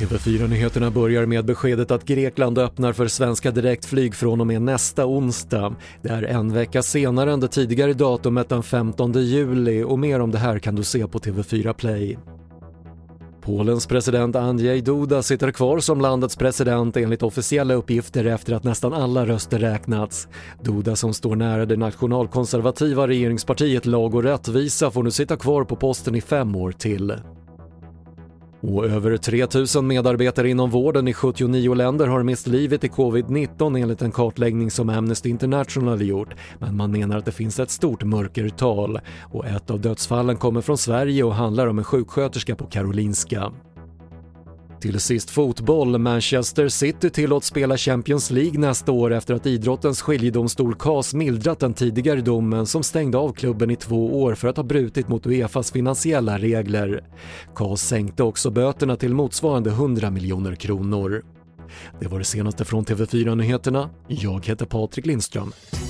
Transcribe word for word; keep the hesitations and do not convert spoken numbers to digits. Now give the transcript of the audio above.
T V fyra-nyheterna börjar med beskedet att Grekland öppnar för svenska direktflyg från och med nästa onsdag. Det är en vecka senare än det tidigare datumet den femtonde juli och mer om det här kan du se på T V fyra Play. Polens president Andrzej Duda sitter kvar som landets president enligt officiella uppgifter efter att nästan alla röster räknats. Duda, som står nära det nationalkonservativa regeringspartiet Lag och rättvisa, får nu sitta kvar på posten i fem år till. Och över tre tusen medarbetare inom vården i sjuttionio länder har mist livet i covid nitton enligt en kartläggning som Amnesty International gjort. Men man menar att det finns ett stort mörkertal. Och ett av dödsfallen kommer från Sverige och handlar om en sjuksköterska på Karolinska. Till sist fotboll. Manchester City tillåts spela Champions League nästa år efter att idrottens skiljedomstol C A S mildrat den tidigare domen som stängde av klubben i två år för att ha brutit mot UEFAs finansiella regler. C A S sänkte också böterna till motsvarande hundra miljoner kronor. Det var det senaste från T V fyra-nyheterna. Jag heter Patrik Lindström.